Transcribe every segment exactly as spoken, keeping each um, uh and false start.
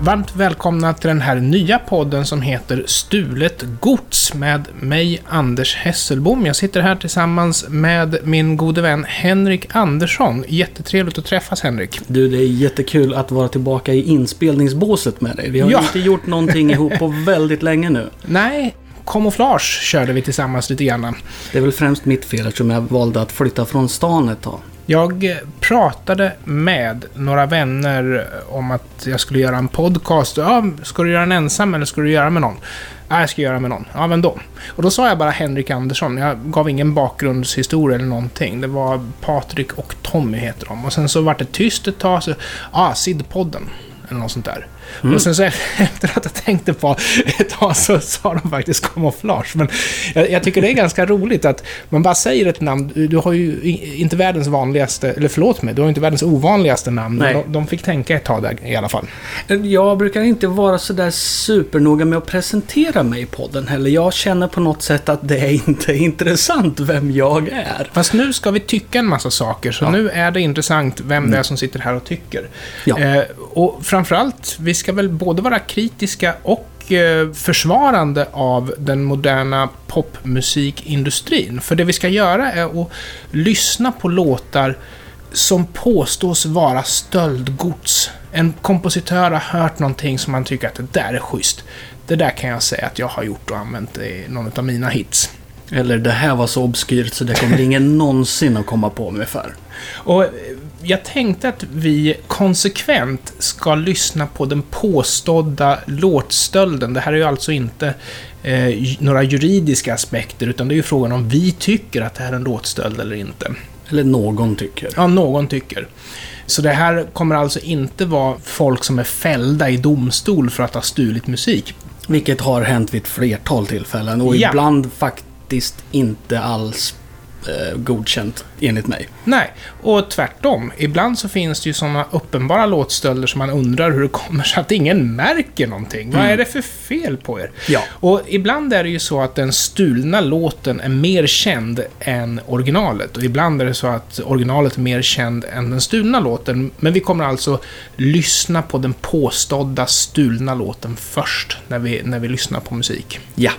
Varmt välkomna till den här nya podden som heter Stulet Gods med mig, Anders Hesselbom. Jag sitter här tillsammans med min gode vän Henrik Andersson. Jättetrevligt att träffas, Henrik. Du, det är jättekul att vara tillbaka i inspelningsbåset med dig. Vi har ja. inte gjort någonting ihop på väldigt länge nu. Nej, kamouflage körde vi tillsammans lite grann. Det är väl främst mitt fel eftersom jag valde att flytta från stan ett tag. Jag pratade med några vänner om att jag skulle göra en podcast. Ja, ska du göra en ensam eller ska du göra med någon? Ja, jag ska göra med någon. Ja, vem då? Och då sa jag bara Henrik Andersson. Jag gav ingen bakgrundshistoria eller någonting. Det var Patrik och Tommy heter de. Och sen så var det tyst ett tag. Så, ja, Sidpodden. Eller något sånt där. Mm. Och sen så efter att jag tänkte på ett tag så sa de faktiskt kamouflage. Men jag, jag tycker det är ganska roligt att man bara säger ett namn. Du, du har ju inte världens vanligaste, eller förlåt mig, du har inte världens ovanligaste namn. De, de fick tänka ett tag där i alla fall. Jag brukar inte vara så där supernoga med att presentera mig i podden heller. Jag känner på något sätt att det är inte intressant vem jag är. Fast nu ska vi tycka en massa saker. Så ja. Nu är det intressant vem mm. det är som sitter här och tycker. Ja. Eh, och framförallt, vi ska väl både vara kritiska och eh, försvarande av den moderna popmusikindustrin. För det vi ska göra är att lyssna på låtar som påstås vara stöldgods. En kompositör har hört någonting som man tycker att det där är schysst. Det där kan jag säga att jag har gjort och använt i någon av mina hits. Eller det här var så obskyrt så det kommer ingen någonsin att komma på mig för. Och jag tänkte att vi konsekvent ska lyssna på den påstådda låtstölden. Det här är ju alltså inte eh, några juridiska aspekter utan det är ju frågan om vi tycker att det här är en låtstöld eller inte. Eller någon tycker. Ja, någon tycker. Så det här kommer alltså inte vara folk som är fällda i domstol för att ha stulit musik. Vilket har hänt vid ett flertal tillfällen och ja. ibland faktiskt inte alls eh, godkänt enligt mig. Nej, och tvärtom. Ibland så finns det ju sådana uppenbara låtstölder som man undrar hur det kommer sig att ingen märker någonting. Mm. Vad är det för fel på er? Ja. Och ibland är det ju så att den stulna låten är mer känd än originalet. Och ibland är det så att originalet är mer känd än den stulna låten. Men vi kommer alltså lyssna på den påstådda stulna låten först när vi, när vi lyssnar på musik. Ja.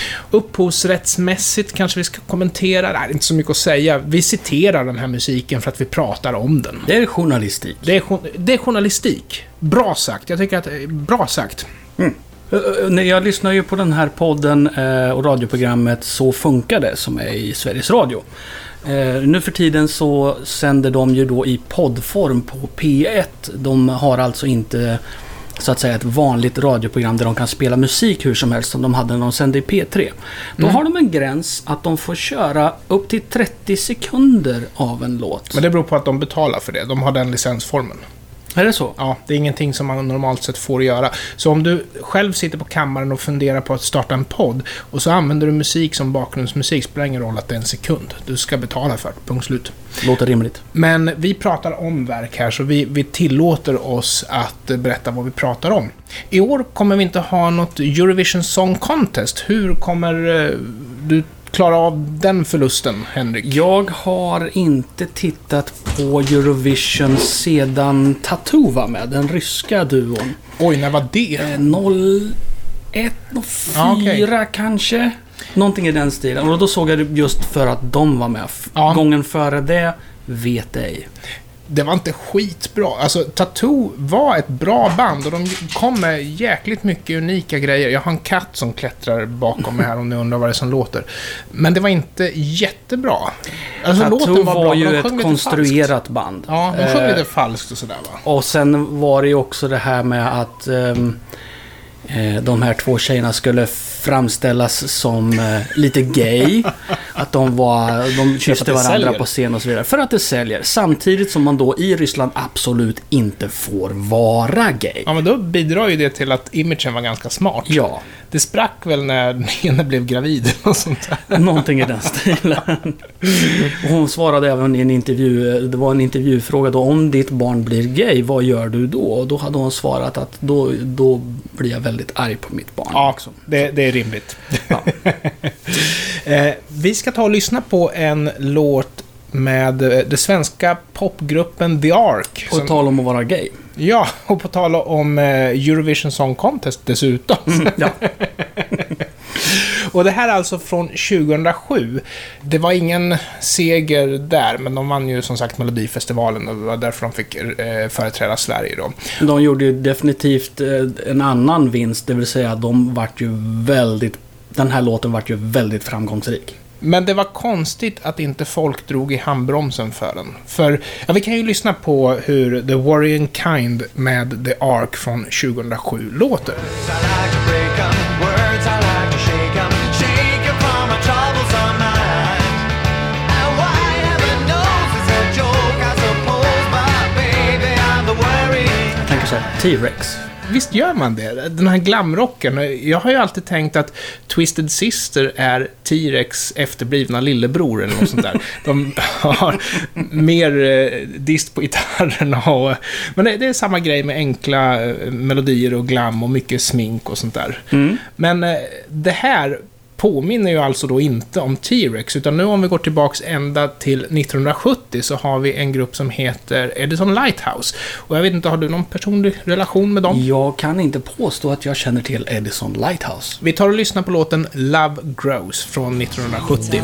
Upphovsrättsmässigt kanske vi ska kommentera. Det är inte så mycket att säga. Vi citerar den här musiken för att vi pratar om den. Det är journalistik. Det är, det är journalistik. Bra sagt. Jag tycker att det är bra sagt. Mm. Jag lyssnar ju på den här podden och radioprogrammet Så funkar det som är i Sveriges Radio. Nu för tiden så sänder de ju då i poddform på P ett. De har alltså inte så att säga ett vanligt radioprogram där de kan spela musik hur som helst som de hade när de sände i P tre. Då mm. har de en gräns att de får köra upp till trettio sekunder av en låt. Men det beror på att de betalar för det. De har den licensformen. Är det så? Ja, det är ingenting som man normalt sett får göra. Så om du själv sitter på kammaren och funderar på att starta en podd och så använder du musik som bakgrundsmusik, spelar ingen roll att det är en sekund. Du ska betala för det, punkt slut. Låter rimligt. Men vi pratar om verk här så vi, vi tillåter oss att berätta vad vi pratar om. I år kommer vi inte ha något Eurovision Song Contest. Hur kommer eh, du klara av den förlusten, Henrik? Jag har inte tittat på Eurovision sedan Tattoo var med, den ryska duon. Oj, när var det? noll ett, noll fyra ah, okay. kanske. Någonting i den stilen. Och då såg jag det just för att de var med. Ja. Gången före det vet ej. Det var inte skitbra. Alltså, Tattoo var ett bra band och de kom med jäkligt mycket unika grejer. Jag har en katt som klättrar bakom mig här om ni undrar vad det är som låter. Men det var inte jättebra. Alltså, Tattoo låten var, var bra, ju ett konstruerat falskt. band. Ja, de sjöng lite falskt och sådär va. Och sen var det ju också det här med att um, de här två tjejerna skulle framställas som eh, lite gay. Att de var de kysste varandra säljer. på scen och så vidare. För att det säljer. Samtidigt som man då i Ryssland absolut inte får vara gay. Ja, men då bidrar ju det till att imagen var ganska smart. Ja. Det sprack väl när den ena blev gravid och sånt där. Någonting i den stilen. Och hon svarade även i en intervju, det var en intervjufråga då, om ditt barn blir gay, vad gör du då? Och då hade hon svarat att då, då blir jag väldigt arg på mitt barn. Ja, också. Det, det är rimligt. Ja. eh, vi ska ta och lyssna på en låt med det svenska popgruppen The Ark. Och som... tala om att vara gay. Ja, och på tala om eh, Eurovision Song Contest dessutom. Mm, ja. Och det här är alltså från tjugohundrasju. Det var ingen seger där, men de vann ju som sagt Melodifestivalen och det var därför de fick eh, företräda Sverige då. De gjorde ju definitivt eh, en annan vinst, det vill säga att de vart ju väldigt, den här låten vart ju väldigt framgångsrik. Men det var konstigt att inte folk drog i handbromsen för den. För, ja, vi kan ju lyssna på hur The Warrior Kind med The Ark från tjugohundrasju låter. Jag tänker så här, T-Rex. Visst gör man det? Den här glamrocken. Jag har ju alltid tänkt att Twisted Sister är T-Rex efterblivna lillebror eller något sånt där. De har mer eh, dist på gitarrerna och... Men det, det är samma grej med enkla eh, melodier och glam och mycket smink och sånt där. Mm. Men eh, det här påminner ju alltså då inte om T-Rex, utan nu om vi går tillbaks ända till nittonhundrasjuttio så har vi en grupp som heter Edison Lighthouse. Och jag vet inte, har du någon personlig relation med dem? Jag kan inte påstå att jag känner till Edison Lighthouse. Vi tar och lyssnar på låten Love Grows från nittonhundrasjuttio.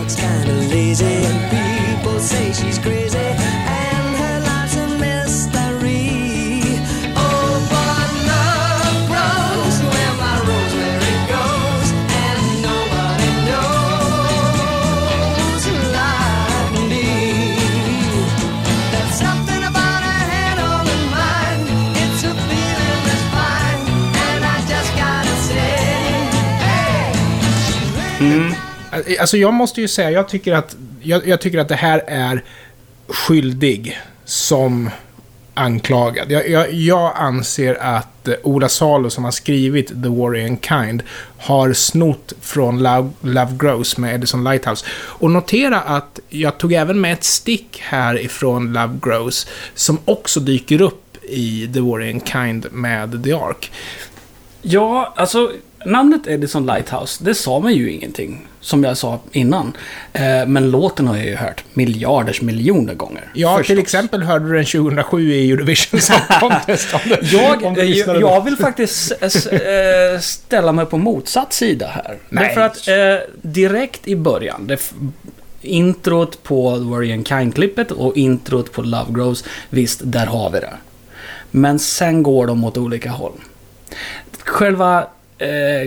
Mm. Alltså jag måste ju säga, jag tycker att jag, jag tycker att det här är skyldig som anklagad. Jag, jag, jag anser att Ola Salo som har skrivit The Warrior Kind har snott från Love, Love Grows med Edison Lighthouse. Och notera att jag tog även med ett stick här ifrån Love Grows som också dyker upp i The Warrior Kind med The Ark. Ja, alltså namnet Edison Lighthouse, det sa mig ju ingenting, som jag sa innan. Eh, men låten har jag ju hört miljarders miljoner gånger. Ja, förstås. Till exempel hörde du den tjugohundrasju i Eurovision Song Contest. Om du, jag, om du jag, jag vill faktiskt äh, ställa mig på motsatt sida här. Nej. Därför att äh, direkt i början, det f- introt på The Warrior Kind-klippet och introt på Love Grows, visst, där har vi det. Men sen går de åt olika håll. Själva Eh,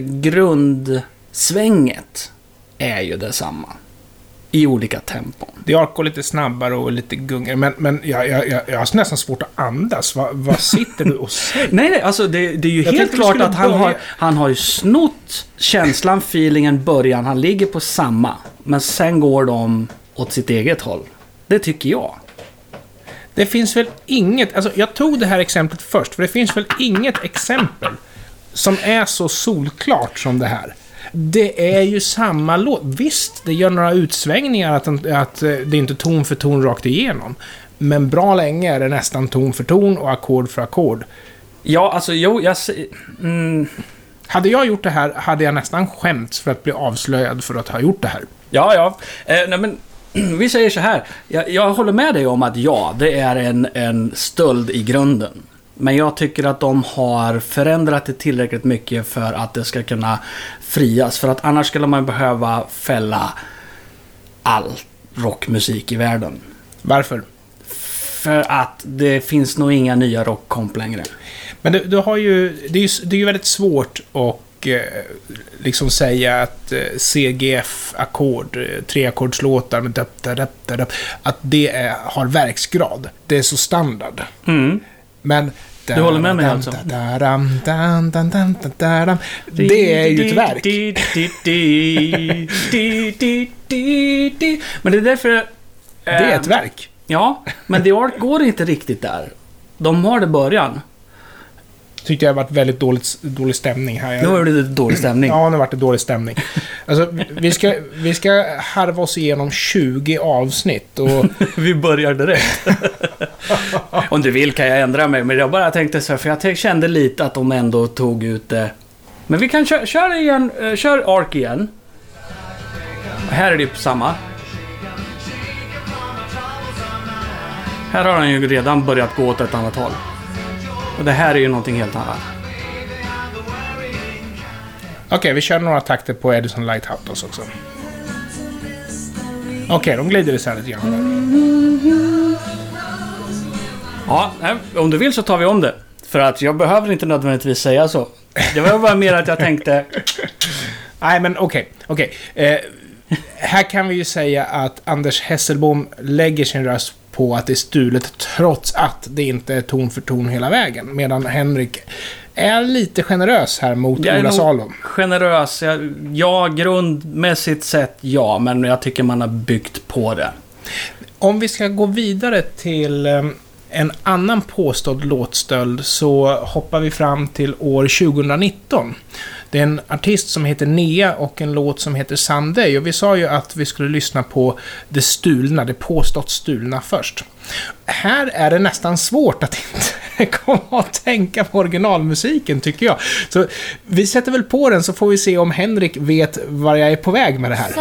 grundsvänget är ju detsamma i olika tempon. Det går lite snabbare och lite gungigare, men, men jag, jag, jag, jag har nästan svårt att andas. Va, vad sitter du och säger? nej, nej, alltså det, det är ju jag helt klart att han börja... har, han har ju snott känslan, feelingen, början. Han ligger på samma, men sen går de åt sitt eget håll. Det tycker jag. Det finns väl inget, alltså jag tog det här exemplet först, för det finns väl inget exempel som är så solklart som det här. Det är ju samma låt. Visst, det gör några utsvängningar att, att det inte är ton för ton rakt igenom. Men bra länge är det nästan ton för ton och ackord för ackord. Ja, alltså, jo, jag... Mm. Hade jag gjort det här hade jag nästan skämts för att bli avslöjad för att ha gjort det här. Ja, ja. Eh, nej, men vi säger så här. Jag, jag håller med dig om att ja, det är en, en stöld i grunden. Men jag tycker att de har förändrat det tillräckligt mycket för att det ska kunna frias. För att annars skulle man behöva fälla all rockmusik i världen. Varför? För att det finns nog inga nya rockkomp längre. Men du, du har ju, det är ju, det är ju väldigt svårt att eh, liksom säga att eh, C G F-ackord, eh, treackordslåtar med döp, döp, döp, döp, att det är, har verksgrad. Det är så standard. Mm. Men du håller med mig alltså? Det är ju ett verk. Men det är därför... Det är ett verk. Ja, men The Ark går inte riktigt där. De har det början. Tyckte jag har varit väldigt dåligt, dålig stämning här. Nu har det dålig stämning. Ja, nu har varit det dålig stämning. Alltså, vi ska, vi ska harva oss igenom tjugo avsnitt och... vi börjar direkt. Om du vill kan jag ändra mig, men jag bara tänkte så här, för jag kände lite att de ändå tog ut det. Men vi kan köra, köra igen, uh, kör Ark igen. Här är det på samma. Här har han ju redan börjat gå åt ett annat håll. Och det här är ju någonting helt annat. Okej, okay, vi kör några takter på Edison Lighthouse också. Okej, okay, de glider isär lite grann. Ja, om du vill så tar vi om det. För att jag behöver inte nödvändigtvis säga så. Det var bara mer att jag tänkte... Nej, men okej. Okay, okay. eh, här kan vi ju säga att Anders Hesselbom lägger sin röst på att det är stulet trots att det inte är ton för ton hela vägen. Medan Henrik är lite generös här mot Ola Salo. Generös, ja, grundmässigt sett ja, men jag tycker man har byggt på det. Om vi ska gå vidare till en annan påstådd låtstöld så hoppar vi fram till år tjugonitton. Det är en artist som heter Nea och en låt som heter Sunday. Och vi sa ju att vi skulle lyssna på det stulna, det påstått stulna först. Här är det nästan svårt att inte komma och tänka på originalmusiken, tycker jag. Så vi sätter väl på den så får vi se om Henrik vet var jag är på väg med det här.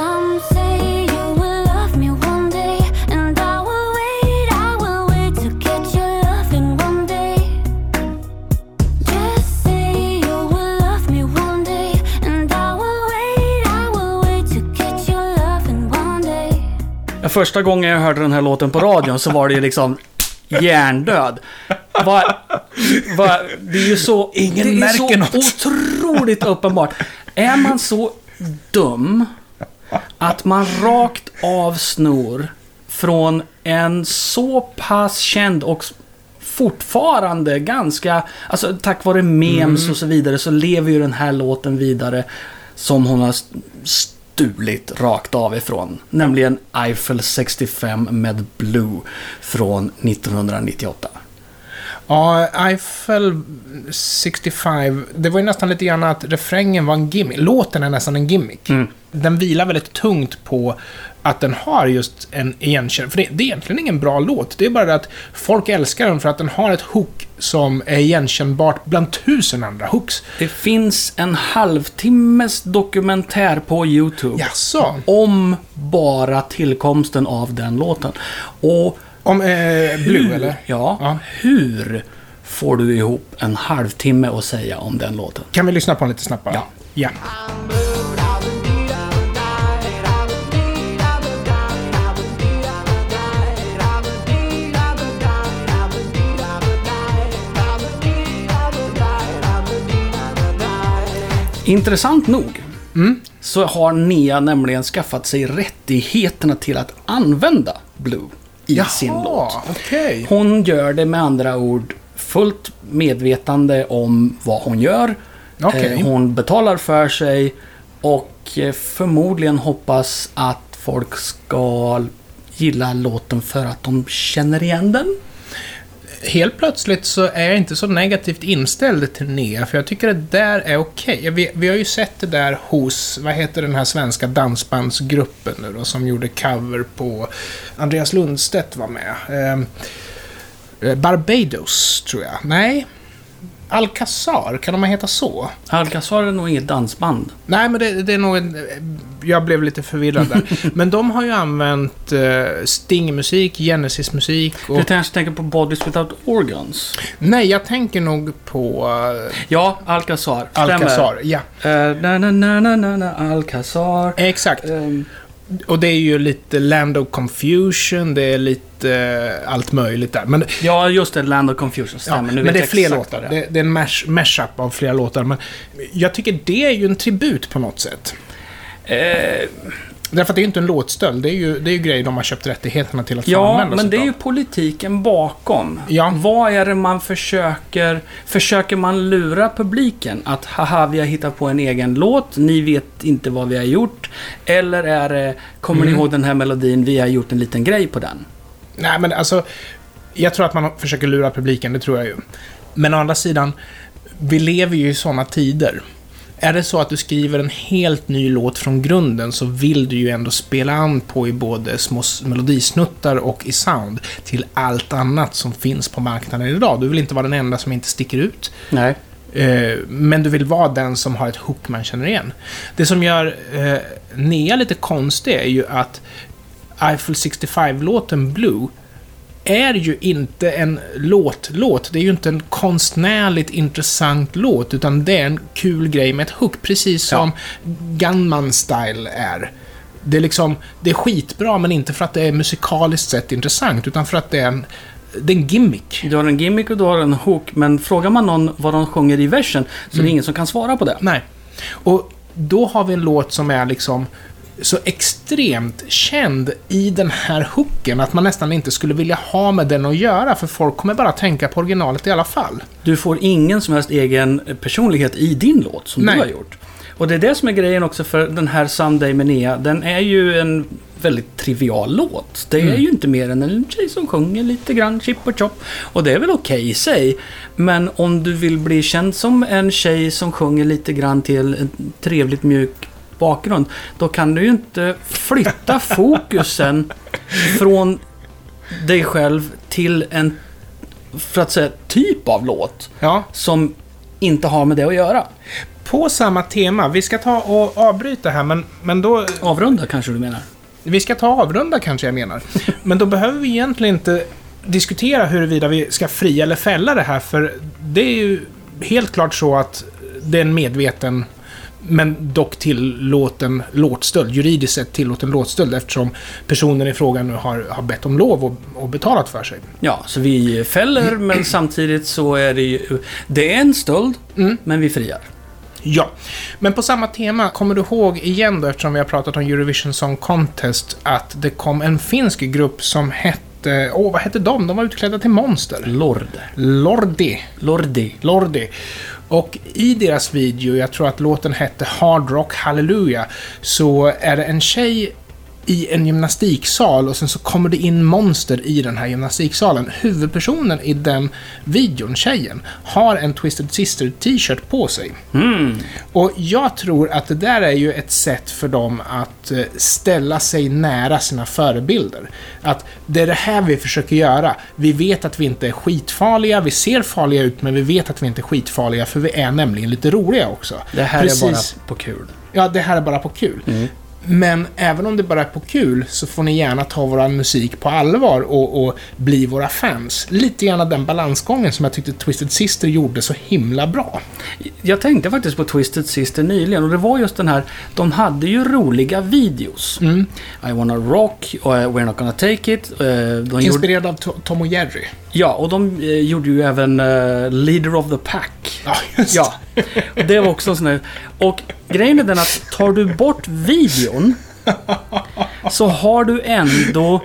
Första gången jag hörde den här låten på radion så var det ju liksom hjärndöd. Va, va, det är ju så, Ingen det är så något. otroligt uppenbart. Är man så dum att man rakt av snor från en så pass känd och fortfarande ganska, alltså tack vare memes mm. och så vidare så lever ju den här låten vidare som hon har stulit rakt av ifrån. Nämligen Eiffel sextiofem med Blue från nittonhundranittioåtta. Ja, Eiffel sextiofem, det var ju nästan lite grann att refrängen var en gimmick. Låten är nästan en gimmick. Mm. Den vilar väldigt tungt på att den har just en igenkänning. För det, det är egentligen ingen bra låt. Det är bara det att folk älskar den för att den har ett hook som är igenkännbart bland tusen andra hooks. Det finns en halvtimmes dokumentär på YouTube. Jaså? Om bara tillkomsten av den låten. Och om eh, Blue, hur, eller? Ja, ja. Hur får du ihop en halvtimme att säga om den låten? Kan vi lyssna på den lite snabbt bara? Ja. Ja. Intressant nog mm. så har Nea nämligen skaffat sig rättigheterna till att använda Blue i Jaha, sin låt. Okay. Hon gör det med andra ord fullt medvetande om vad hon gör. Okay. Hon betalar för sig och förmodligen hoppas att folk ska gilla låten för att de känner igen den. Helt plötsligt så är jag inte så negativt inställd till Nea, för jag tycker det där är okej. Okay. Vi, vi har ju sett det där hos, vad heter den här svenska dansbandsgruppen nu då, som gjorde cover på Andreas Lundstedt var med. Eh, Barbados, tror jag. Nej, Alcazar, kan de heta så? Alcazar är nog inget dansband. Nej, men det, det är nog en, jag blev lite förvirrad där. Men de har ju använt uh, Sting-musik, Genesis-musik och... Du kanske tänker på Bodies Without Organs? Nej, jag tänker nog på... Uh, ja, Alcazar. Alcazar, ja. Uh, na, na, na, na, na, na, Alcazar. Exakt. Um, och det är ju lite Land of Confusion, det är lite uh, allt möjligt där. Men, ja, just det, Land of Confusion stämmer. Ja, nu men det är fler det. låtar. Det, det är en mash, mashup av flera låtar. Men jag tycker det är ju en tribut på något sätt. Eh, Därför att det är ju inte en låtstöld. Det är ju, det är ju grejer de har köpt rättigheterna till att ja, använda. Ja, men det är ju politiken bakom. Ja. Vad är det man försöker... Försöker man lura publiken? Att haha, vi har hittat på en egen låt. Ni vet inte vad vi har gjort. Eller är det... Kommer mm. ni ihåg den här melodin? Vi har gjort en liten grej på den. Nej, men alltså... Jag tror att man försöker lura publiken. Det tror jag ju. Men å andra sidan... Vi lever ju i sådana tider. Är det så att du skriver en helt ny låt från grunden så vill du ju ändå spela an på i både små melodisnuttar och i sound till allt annat som finns på marknaden idag. Du vill inte vara den enda som inte sticker ut. Nej. Eh, men du vill vara den som har ett hook man känner igen. Det som gör eh, Nea lite konstigt är ju att Eiffel sextiofem-låten Blue är ju inte en låt-låt. Det är ju inte en konstnärligt intressant låt, utan det är en kul grej med ett hook, precis som ja. Gunman Style är. Det är liksom, det är skitbra, men inte för att det är musikaliskt sett intressant, utan för att det är en, det är en gimmick. Du har en gimmick och du har en hook, men frågar man någon vad de sjunger i versen, så mm. är det ingen som kan svara på det. Nej. Och då har vi en låt som är liksom så extremt känd i den här hooken att man nästan inte skulle vilja ha med den att göra, för folk kommer bara tänka på originalet i alla fall. Du får ingen som helst egen personlighet i din låt som Nej. Du har gjort. Och det är det som är grejen också för den här Someday med Nea. Den är ju en väldigt trivial låt. Det är mm. ju inte mer än en tjej som sjunger lite grann, chip och chop. Och det är väl okej okay i sig. Men om du vill bli känd som en tjej som sjunger lite grann till en trevligt mjuk bakgrund, då kan du ju inte flytta fokusen från dig själv till en, för att säga, typ av låt ja. Som inte har med det att göra. På samma tema, vi ska ta och avbryta här, men, men då... Avrunda kanske du menar? Vi ska ta avrunda kanske jag menar. Men då behöver vi egentligen inte diskutera huruvida vi ska fria eller fälla det här, för det är ju helt klart så att det är en medveten, men dock tillåten låtstöld, juridiskt sett tillåten låtstöld, eftersom personen i frågan nu har, har bett om lov och, och betalat för sig. Ja, så vi fäller, mm. men samtidigt så är det ju, det är en stöld, mm. men vi friar. Ja, men på samma tema, kommer du ihåg igen då, eftersom vi har pratat om Eurovision Song Contest, att det kom en finsk grupp som hette, åh, vad hette de? De var utklädda till monster. Lorde. Lordi. Lordi. Lordi. Och i deras video, jag tror att låten hette Hard Rock Hallelujah, så är det en tjej i en gymnastiksal och sen så kommer det in monster i den här gymnastiksalen. Huvudpersonen i den videon, tjejen, har en Twisted Sister t-shirt på sig. Mm. Och jag tror att det där är ju ett sätt för dem att ställa sig nära sina förebilder. Att det är det här vi försöker göra. Vi vet att vi inte är skitfarliga, vi ser farliga ut, men vi vet att vi inte är skitfarliga, för vi är nämligen lite roliga också. Det här Precis. Är bara på kul. Ja, det här är bara på kul. Mm. Men även om det bara är på kul, så får ni gärna ta vår musik på allvar och, och bli våra fans. Lite grann den balansgången som jag tyckte Twisted Sister gjorde så himla bra. Jag tänkte faktiskt på Twisted Sister nyligen, och det var just den här, de hade ju roliga videos. Mm. I wanna rock, och We're not gonna take it. De Inspirerad gjorde... av Tom och Jerry. Ja, och de eh, gjorde ju även uh, Leader of the Pack. Ja, just ja. Det var också en sån här. Och grejen är den att tar du bort videon så har du ändå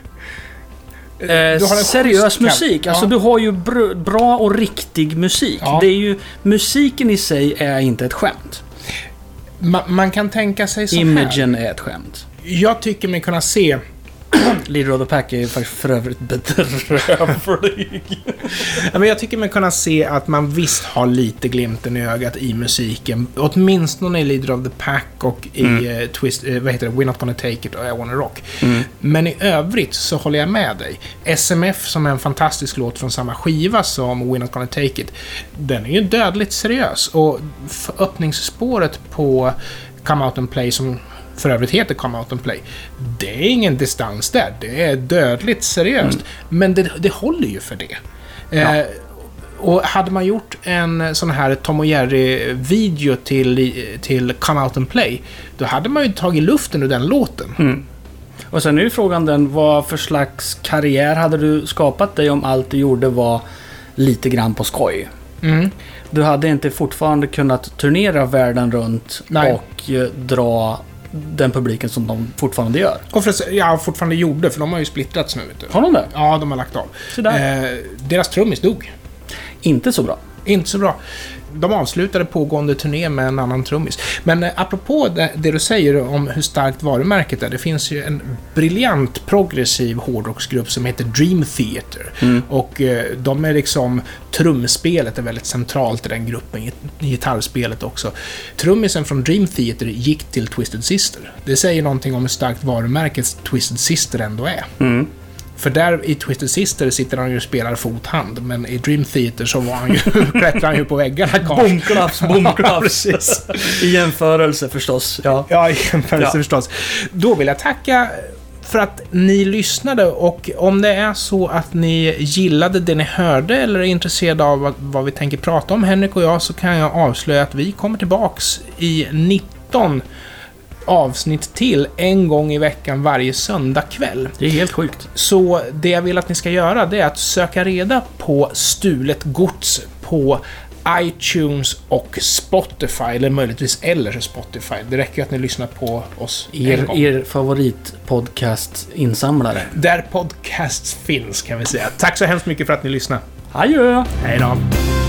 eh, du har seriös musik. Ja. Alltså du har ju br- bra och riktig musik. Ja. Det är ju, musiken i sig är inte ett skämt. Ma- man kan tänka sig så Imagen här. är ett skämt. Jag tycker mig kunna se Leader of the Pack är faktiskt för övrigt bedrövlig. Ja, men jag tycker man kunna se att man visst har lite glimten i ögat i musiken. Åtminstone i Leader of the Pack och i mm. uh, Twist, uh, vad heter det? We're not gonna take it och I wanna rock. Mm. Men i övrigt så håller jag med dig. S M F, som är en fantastisk låt från samma skiva som We're not gonna take it, den är ju dödligt seriös. Och öppningsspåret på Come Out and Play, som för övrigt heter Come Out and Play, det är ingen distans där. Det är dödligt seriöst. Mm. Men det, det håller ju för det. Ja. Eh, och hade man gjort en sån här Tom och Jerry-video till, till Come Out and Play, då hade man ju tagit luften ur den låten. Mm. Och sen är ju frågan den, vad för slags karriär hade du skapat dig om allt du gjorde var lite grann på skoj? Mm. Du hade inte fortfarande kunnat turnera världen runt. Nej. Och eh, dra den publiken som de fortfarande gör. Och för, ja, fortfarande gjorde, för de har ju splittrats nu. Vet du. Har de det? Ja, de har lagt av. Eh, deras trummis dog. Inte så bra. Inte så bra. De avslutade pågående turné med en annan trummis. Men eh, apropå det, det du säger om hur starkt varumärket är, det finns ju en briljant progressiv hårdrocksgrupp som heter Dream Theater. Mm. Och eh, de är liksom, trumspelet är väldigt centralt i den gruppen, gitarrspelet också. Trummisen från Dream Theater gick till Twisted Sister. Det säger någonting om hur starkt varumärket Twisted Sister ändå är. Mm. För där i Twisted Sister sitter han ju och spelar fothand, men i Dream Theater så var han ju, klättrar han ju på väggarna. Bomklaps, bomklaps. I jämförelse förstås. Ja, ja i jämförelse ja. förstås. Då vill jag tacka för att ni lyssnade, och om det är så att ni gillade det ni hörde eller är intresserade av vad, vad vi tänker prata om, Henrik och jag, så kan jag avslöja att vi kommer tillbaks i nitton avsnitt till en gång i veckan varje söndag kväll. Det är helt sjukt. Så det jag vill att ni ska göra, det är att söka reda på Stulet Gods på iTunes och Spotify, eller möjligtvis eller Spotify. Det räcker att ni lyssnar på oss en Er, gång. er favoritpodcast-insamlare. Där podcasts finns, kan vi säga. Tack så hemskt mycket för att ni lyssnar. Adjö! Hej då!